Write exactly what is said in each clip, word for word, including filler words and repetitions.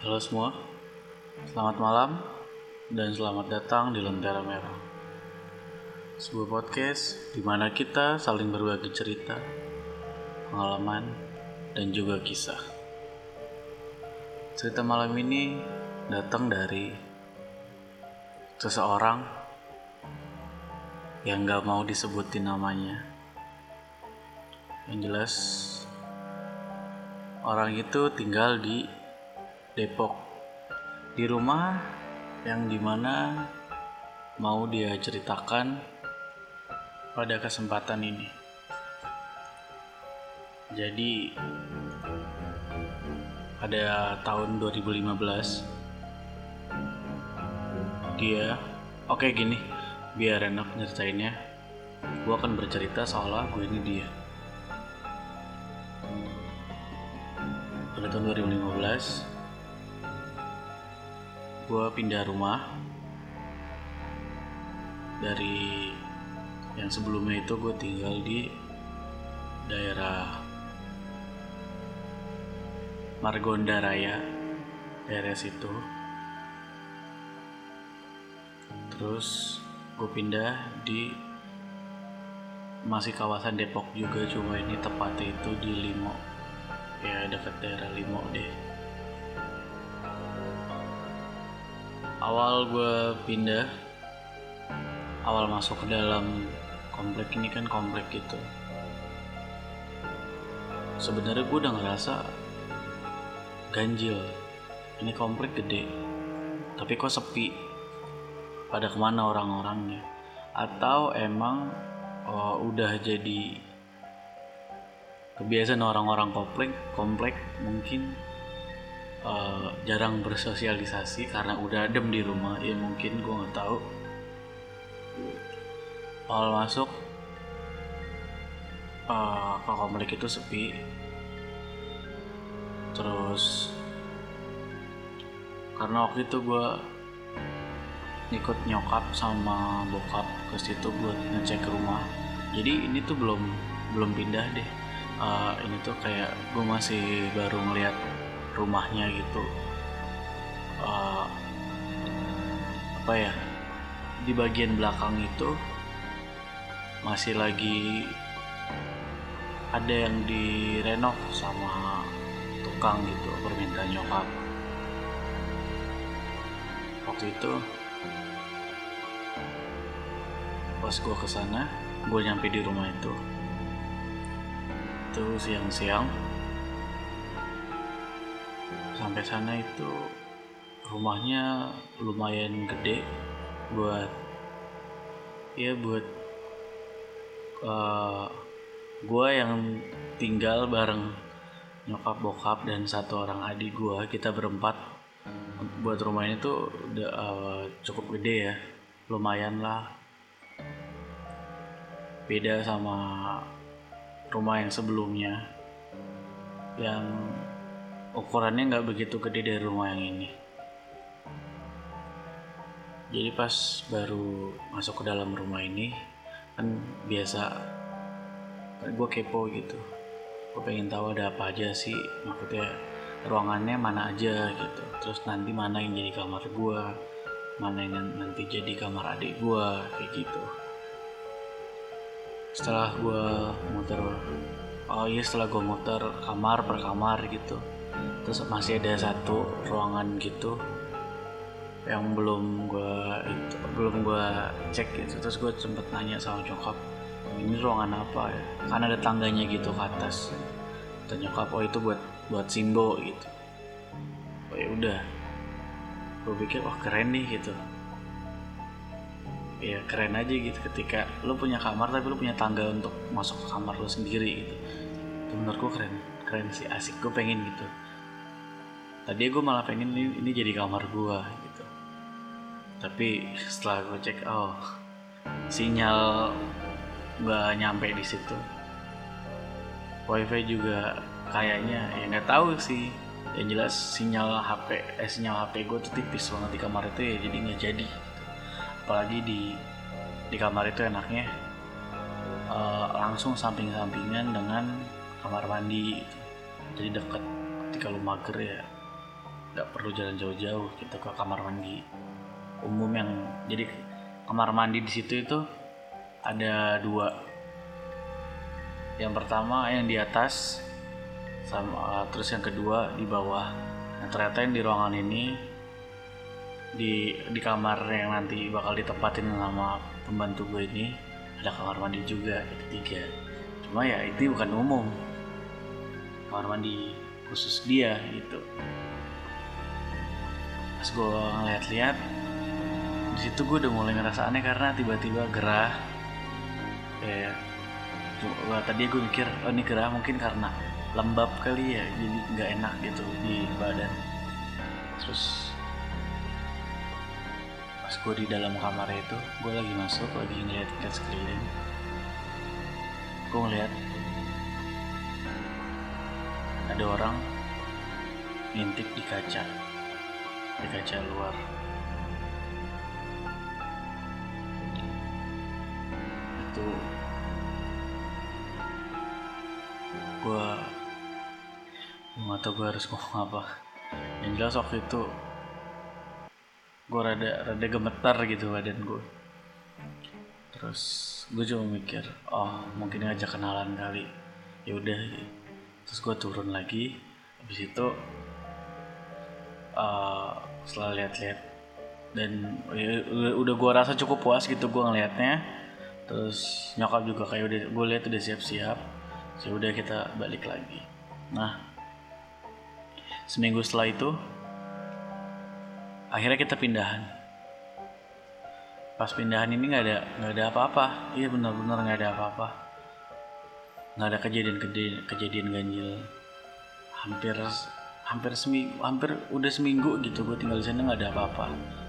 Halo semua, selamat malam dan selamat datang di Lentera Merah. Sebuah podcast di mana kita saling berbagi cerita, pengalaman, dan juga kisah. Cerita malam ini datang dari seseorang yang gak mau disebutin namanya. Yang jelas, orang itu tinggal di Depok, di rumah yang dimana mau dia ceritakan pada kesempatan ini. Jadi pada tahun dua ribu lima belas dia oke okay, gini biar enak nyeritainnya, gue akan bercerita seolah gue ini dia. Pada tahun dua ribu lima belas gue pindah rumah dari yang sebelumnya. Itu gue tinggal di daerah Margonda Raya, daerah situ. Terus gue pindah di masih kawasan Depok juga, cuma ini tepatnya itu di Limo, ya dekat daerah Limo deh. Awal gue pindah, awal masuk ke dalam komplek ini kan komplek gitu, sebenarnya gue udah ngerasa ganjil. Ini komplek gede, tapi kok sepi. Pada kemana orang-orangnya? Atau emang oh, udah jadi kebiasaan orang-orang komplek komplek mungkin uh, jarang bersosialisasi karena udah adem di rumah. Ya mungkin, gue nggak tahu. Awal masuk uh, ke komplek itu sepi. Terus karena waktu itu gue ikut nyokap sama bokap ke situ buat ngecek rumah. Jadi ini tuh belum belum pindah deh. Uh, ini tuh kayak gue masih baru ngeliat rumahnya gitu. Uh, apa ya? Di bagian belakang itu masih lagi ada yang direnov sama tukang gitu, permintaan nyokap. Waktu itu pas gue kesana, gue nyampe di rumah itu itu siang-siang. Sampai sana itu rumahnya lumayan gede buat ya buat uh, gue yang tinggal bareng nyokap, bokap, dan satu orang adik gue. Kita berempat. Buat rumah ini tuh udah uh, cukup gede ya, lumayan lah. Beda sama rumah yang sebelumnya yang ukurannya nggak begitu gede dari rumah yang ini. Jadi pas baru masuk ke dalam rumah ini kan biasa gue kepo gitu, gue pengen tahu ada apa aja sih, maksudnya ruangannya mana aja gitu. Terus nanti mana yang jadi kamar gue, mana yang nanti jadi kamar adik gue, kayak gitu. Setelah gue muter, oh iya setelah gue muter kamar per kamar gitu, terus masih ada satu ruangan gitu yang belum gue itu belum gue cek gitu. Terus gue sempet nanya sama nyokap, ini ruangan apa ya? Karena ada tangganya gitu ke atas. Kata nyokap, oh itu buat buat Simbo gitu. Oh ya udah, gue pikir wah keren nih gitu. Ya keren aja gitu ketika lo punya kamar tapi lo punya tangga untuk masuk ke kamar lo sendiri gitu. Itu menurut gue keren, keren sih, asik. Gue pengen gitu. Tadi gue malah pengen ini, ini jadi kamar gue gitu. Tapi setelah gue cek, oh sinyal nggak nyampe di situ. Wifi juga kayaknya ya nggak tahu sih. Yang jelas sinyal H P, eh sinyal H P gue tuh tipis banget di kamar itu ya, jadi nggak jadi. Apalagi di di kamar itu enaknya uh, langsung samping-sampingan dengan kamar mandi gitu. Jadi dekat. Ketika lu mager ya nggak perlu jalan jauh-jauh, kita ke kamar mandi umum yang jadi kamar mandi di situ itu ada dua. Yang pertama yang di atas sama terus yang kedua di bawah. Nah, ternyata yang di ruangan ini di di kamar yang nanti bakal ditempatin sama pembantu gue ini ada kamar mandi juga, ada tiga. Cuma ya itu bukan umum, kamar mandi khusus dia gitu. Pas gue ngeliat-liat di situ gue udah mulai ngerasa aneh karena tiba-tiba gerah. Kayak gua, tadi gue mikir oh ini gerah mungkin karena lembab kali ya, jadi nggak enak gitu di badan. Terus pas gue di dalam kamar itu, gue lagi masuk lagi ngeliat-ngeliat sekeliling, gue ngeliat ada orang ngintip di kaca, di kaca luar. Itu gue nggak tahu gue harus ngomong apa. Yang jelas waktu itu gue rada rada gemetar gitu badan gue. Terus gue cuma mikir, oh mungkin aja kenalan kali. Ya udah. Terus gue turun lagi. Habis itu uh, setelah lihat-lihat dan ya, udah gue rasa cukup puas gitu gue ngelihatnya. Terus nyokap juga kayak udah gue lihat udah siap-siap. Ya udah kita balik lagi. Nah, seminggu setelah itu akhirnya kita pindahan. Pas pindahan ini nggak ada nggak ada apa-apa. Iya benar-benar nggak ada apa-apa. Nggak ada kejadian-kejadian kejadian ganjil. Hampir hampir seminggu hampir udah seminggu gitu gue tinggal di sana nggak ada apa-apa.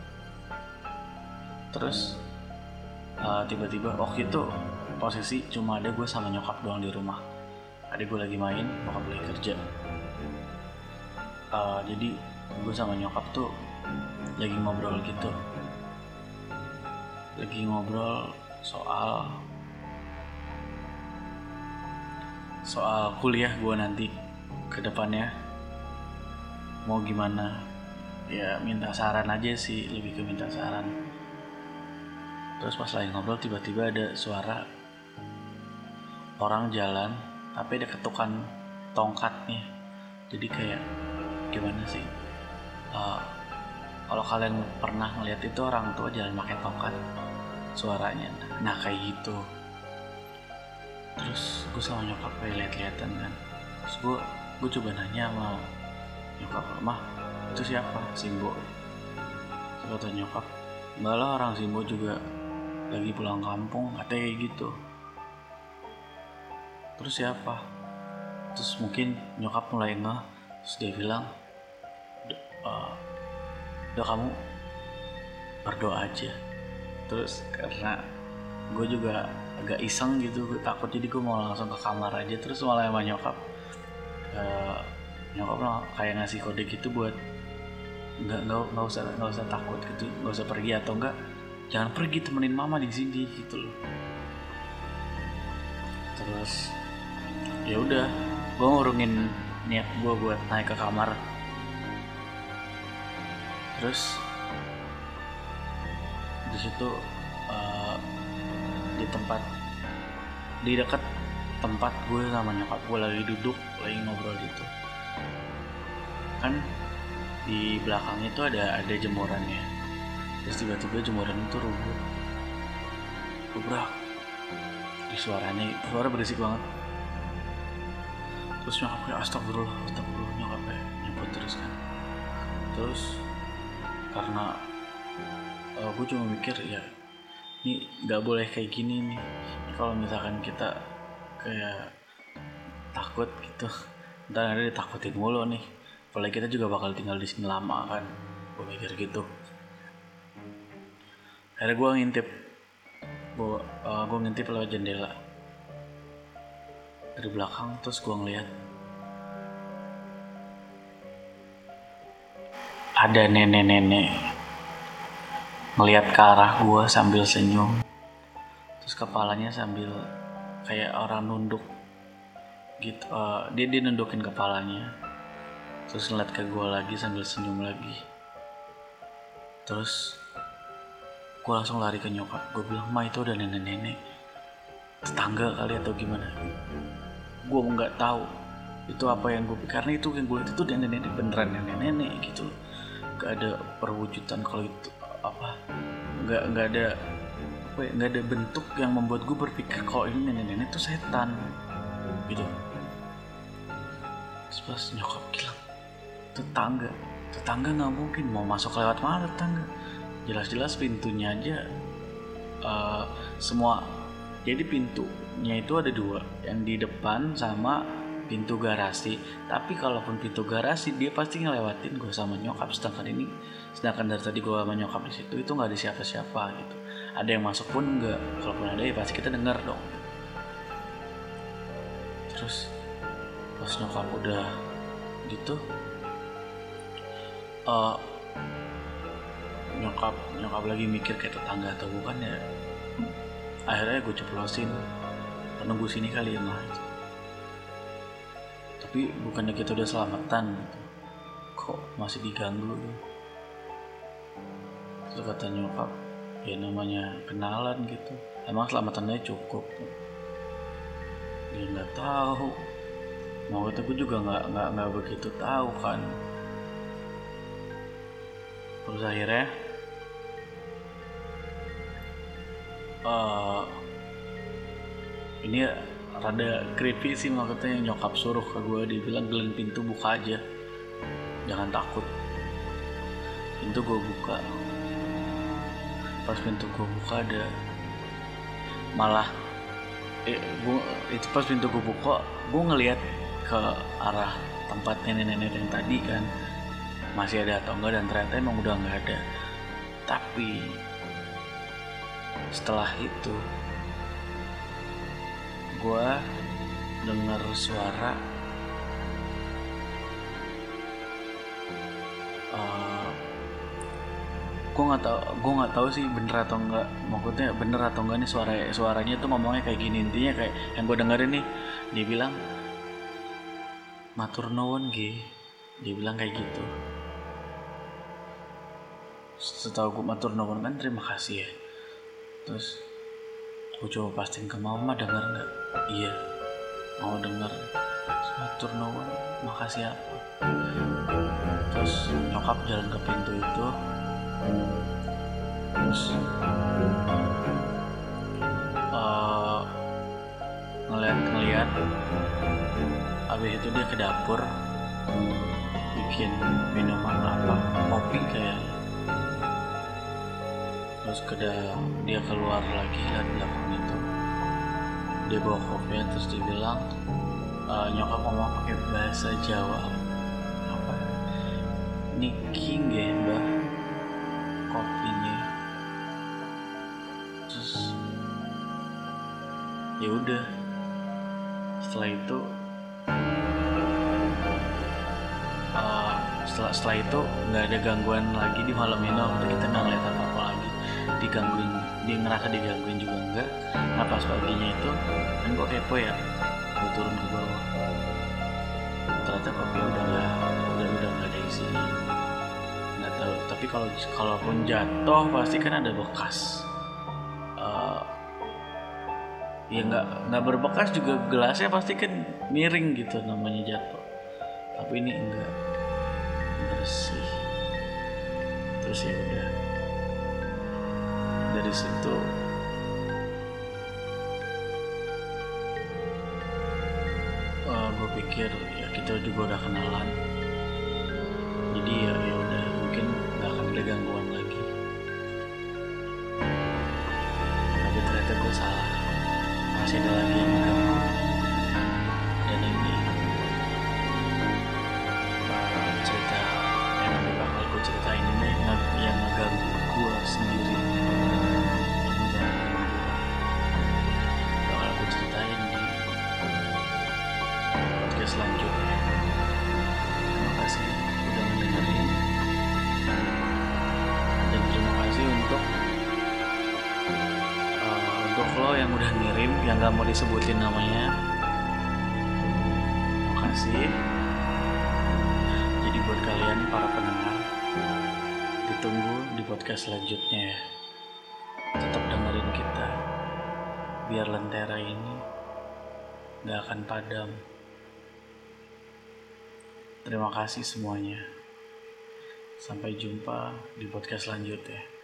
Terus uh, tiba-tiba waktu itu posisi cuma ada gue sama nyokap doang di rumah. Adik gue lagi main, nyokap lagi kerja. Uh, jadi gue sama nyokap tuh lagi ngobrol gitu. Lagi ngobrol soal soal kuliah gue nanti ke depannya mau gimana. Ya minta saran aja sih, lebih ke minta saran. Terus pas lagi ngobrol tiba-tiba ada suara orang jalan tapi ada ketukan tongkatnya. Jadi kayak gimana sih, uh, kalau kalian pernah ngeliat itu orang tua jalan pakai tongkat suaranya, nah kayak gitu. Terus gue sama nyokap kayak lihat-lihatan kan. Terus gue gue coba nanya sama nyokap, mah itu siapa? Simbo. Terus kata nyokap, enggak lah orang Simbo juga lagi pulang kampung, katanya kayak gitu. Terus siapa? Terus mungkin nyokap mulai ngeh. Terus dia bilang, uh, udah kamu berdoa aja. Terus karena gue juga agak iseng gitu, gue takut, jadi gue mau langsung ke kamar aja. Terus malah sama nyokap uh, nyokap lah kayak ngasih kode gitu buat nggak nggak nggak usah nggak usah takut gitu, nggak usah pergi atau enggak jangan pergi, temenin mama di sini gitu loh. Terus ya udah, gue ngurungin niat gue buat naik ke kamar. Terus di situ uh, di tempat di dekat tempat gue sama nyokap gue lagi duduk lagi ngobrol gitu kan, di belakangnya itu ada ada jemurannya. Terus tiba-tiba jemuran itu rubuh, rubrak. Di suaranya suara berisik banget. Terus nyokapnya astagfirullah, astagfirullah, nyokapnya nyebut terus kan. Terus karena uh, gue cuma mikir ya ini nggak boleh kayak gini nih. Kalau misalkan kita kayak takut gitu, ntar ada ditakutin mulu nih. Apalagi kita juga bakal tinggal di sini lama kan. Gue mikir gitu. Akhirnya gue ngintip, gue uh, gue ngintip lewat jendela dari belakang. Terus gue ngeliat ada nenek-nenek ngeliat ke arah gue sambil senyum. Terus kepalanya sambil kayak orang nunduk gitu, uh, dia dia nundukin kepalanya. terus ngeliat ke gue lagi sambil senyum lagi. Terus gue langsung lari ke nyokap. Gue bilang, "Ma, itu ada nenek-nenek, tetangga kali atau gimana." Gue nggak tahu itu apa yang gue pikir, karena itu yang gue lihat itu nenek-nenek beneran, nenek-nenek gitu. Gak ada perwujudan kalau itu apa, nggak nggak ada apa ya, nggak ada bentuk yang membuat gue berpikir kalau ini nenek-nenek itu setan gitu. Terus pas nyokap bilang, tetangga tetangga nggak mungkin, mau masuk lewat mana tetangga, jelas-jelas pintunya aja uh, semua. Jadi pintunya itu ada dua, yang di depan sama pintu garasi. Tapi kalaupun pintu garasi dia pasti ngelewatin gue sama nyokap, sedangkan ini sedangkan dari tadi gue sama nyokap di situ itu nggak ada siapa-siapa gitu. Ada yang masuk pun nggak, kalaupun ada ya pasti kita dengar dong. Terus pas nyokap udah gitu, uh, nyokap nyokap lagi mikir kayak tetangga atau bukan ya, akhirnya gue ceplosin, penunggu sini kali ya mah. Tapi bukannya kita udah selamatan gitu, kok masih diganggu. Terus kata nyokap, ya namanya kenalan gitu, emang selamatannya cukup. Dia nggak tahu, mau itu gue juga nggak nggak nggak begitu tahu kan. Terus akhirnya uh, ini rada creepy sih, maksudnya nyokap suruh ke gue, dia bilang, "Glen, pintu buka aja, jangan takut." Pintu gue buka, pas pintu gue buka ada malah eh, gua, itu pas pintu gue buka gue ngelihat ke arah tempat nenek-nenek yang tadi kan masih ada atau enggak, dan ternyata emang udah nggak ada. Tapi setelah itu gue dengar suara uh, gue nggak tahu gue nggak tahu sih bener atau enggak, maksudnya bener atau enggak nih suara suaranya tuh ngomongnya kayak gini. Intinya kayak yang gue dengerin nih, dia bilang, "Matur nuwun ge," dia bilang kayak gitu. Setahu gue matur nuwun kan terima kasih ya. Terus gue coba pastiin ke mama, denger nggak? Iya, mau denger. Matur nuwun, makasih apa? Terus nyokap jalan ke pintu itu, terus uh, ngeliat-ngeliat. Habis itu dia ke dapur bikin minuman apa, kopi kayak. Terus keda, dia keluar lagi dari belakang itu, dia bawa kopinya. Terus dia bilang, uh, nyokap ngomong pakai bahasa Jawa apa, "Niki nggih mbah kopinya." Terus ya udah, setelah itu uh, setelah setelah itu nggak ada gangguan lagi di malam ini. Waktu kita nggak ngeliat apa apa lagi, digangguin, dia ngerasa digangguin juga enggak. Nah pas paginya itu kan gue kepo ya, gue turun ke bawah, ternyata kopi udah nggak udah udah nggak ada isi, nggak tahu. Tapi kalau kalaupun jatuh pasti kan ada bekas. Uh, ya nggak nggak berbekas juga, gelasnya pasti kan miring gitu namanya jatuh. Tapi ini enggak, bersih. Terus ya udah, dari situ uh, gue pikir ya kita juga udah kenalan, jadi ya ya udah mungkin nggak akan ada gangguan lagi. Tapi ternyata gue salah, masih ada lagi yang mengganggu. Dan ini uh, cerita yang nanti bakal gue ceritain ini yang ngeganggu gue sendiri. Bakal gue ceritain di podcast selanjutnya. Terima kasih udah mendengarin, dan terima kasih untuk uh, untuk lo yang udah ngirim, yang gak mau disebutin namanya. Makasih. kalian para pendengar. Ditunggu di podcast selanjutnya ya. Tetap dengerin kita, biar lentera ini gak akan padam. Terima kasih semuanya. Sampai jumpa di podcast selanjutnya.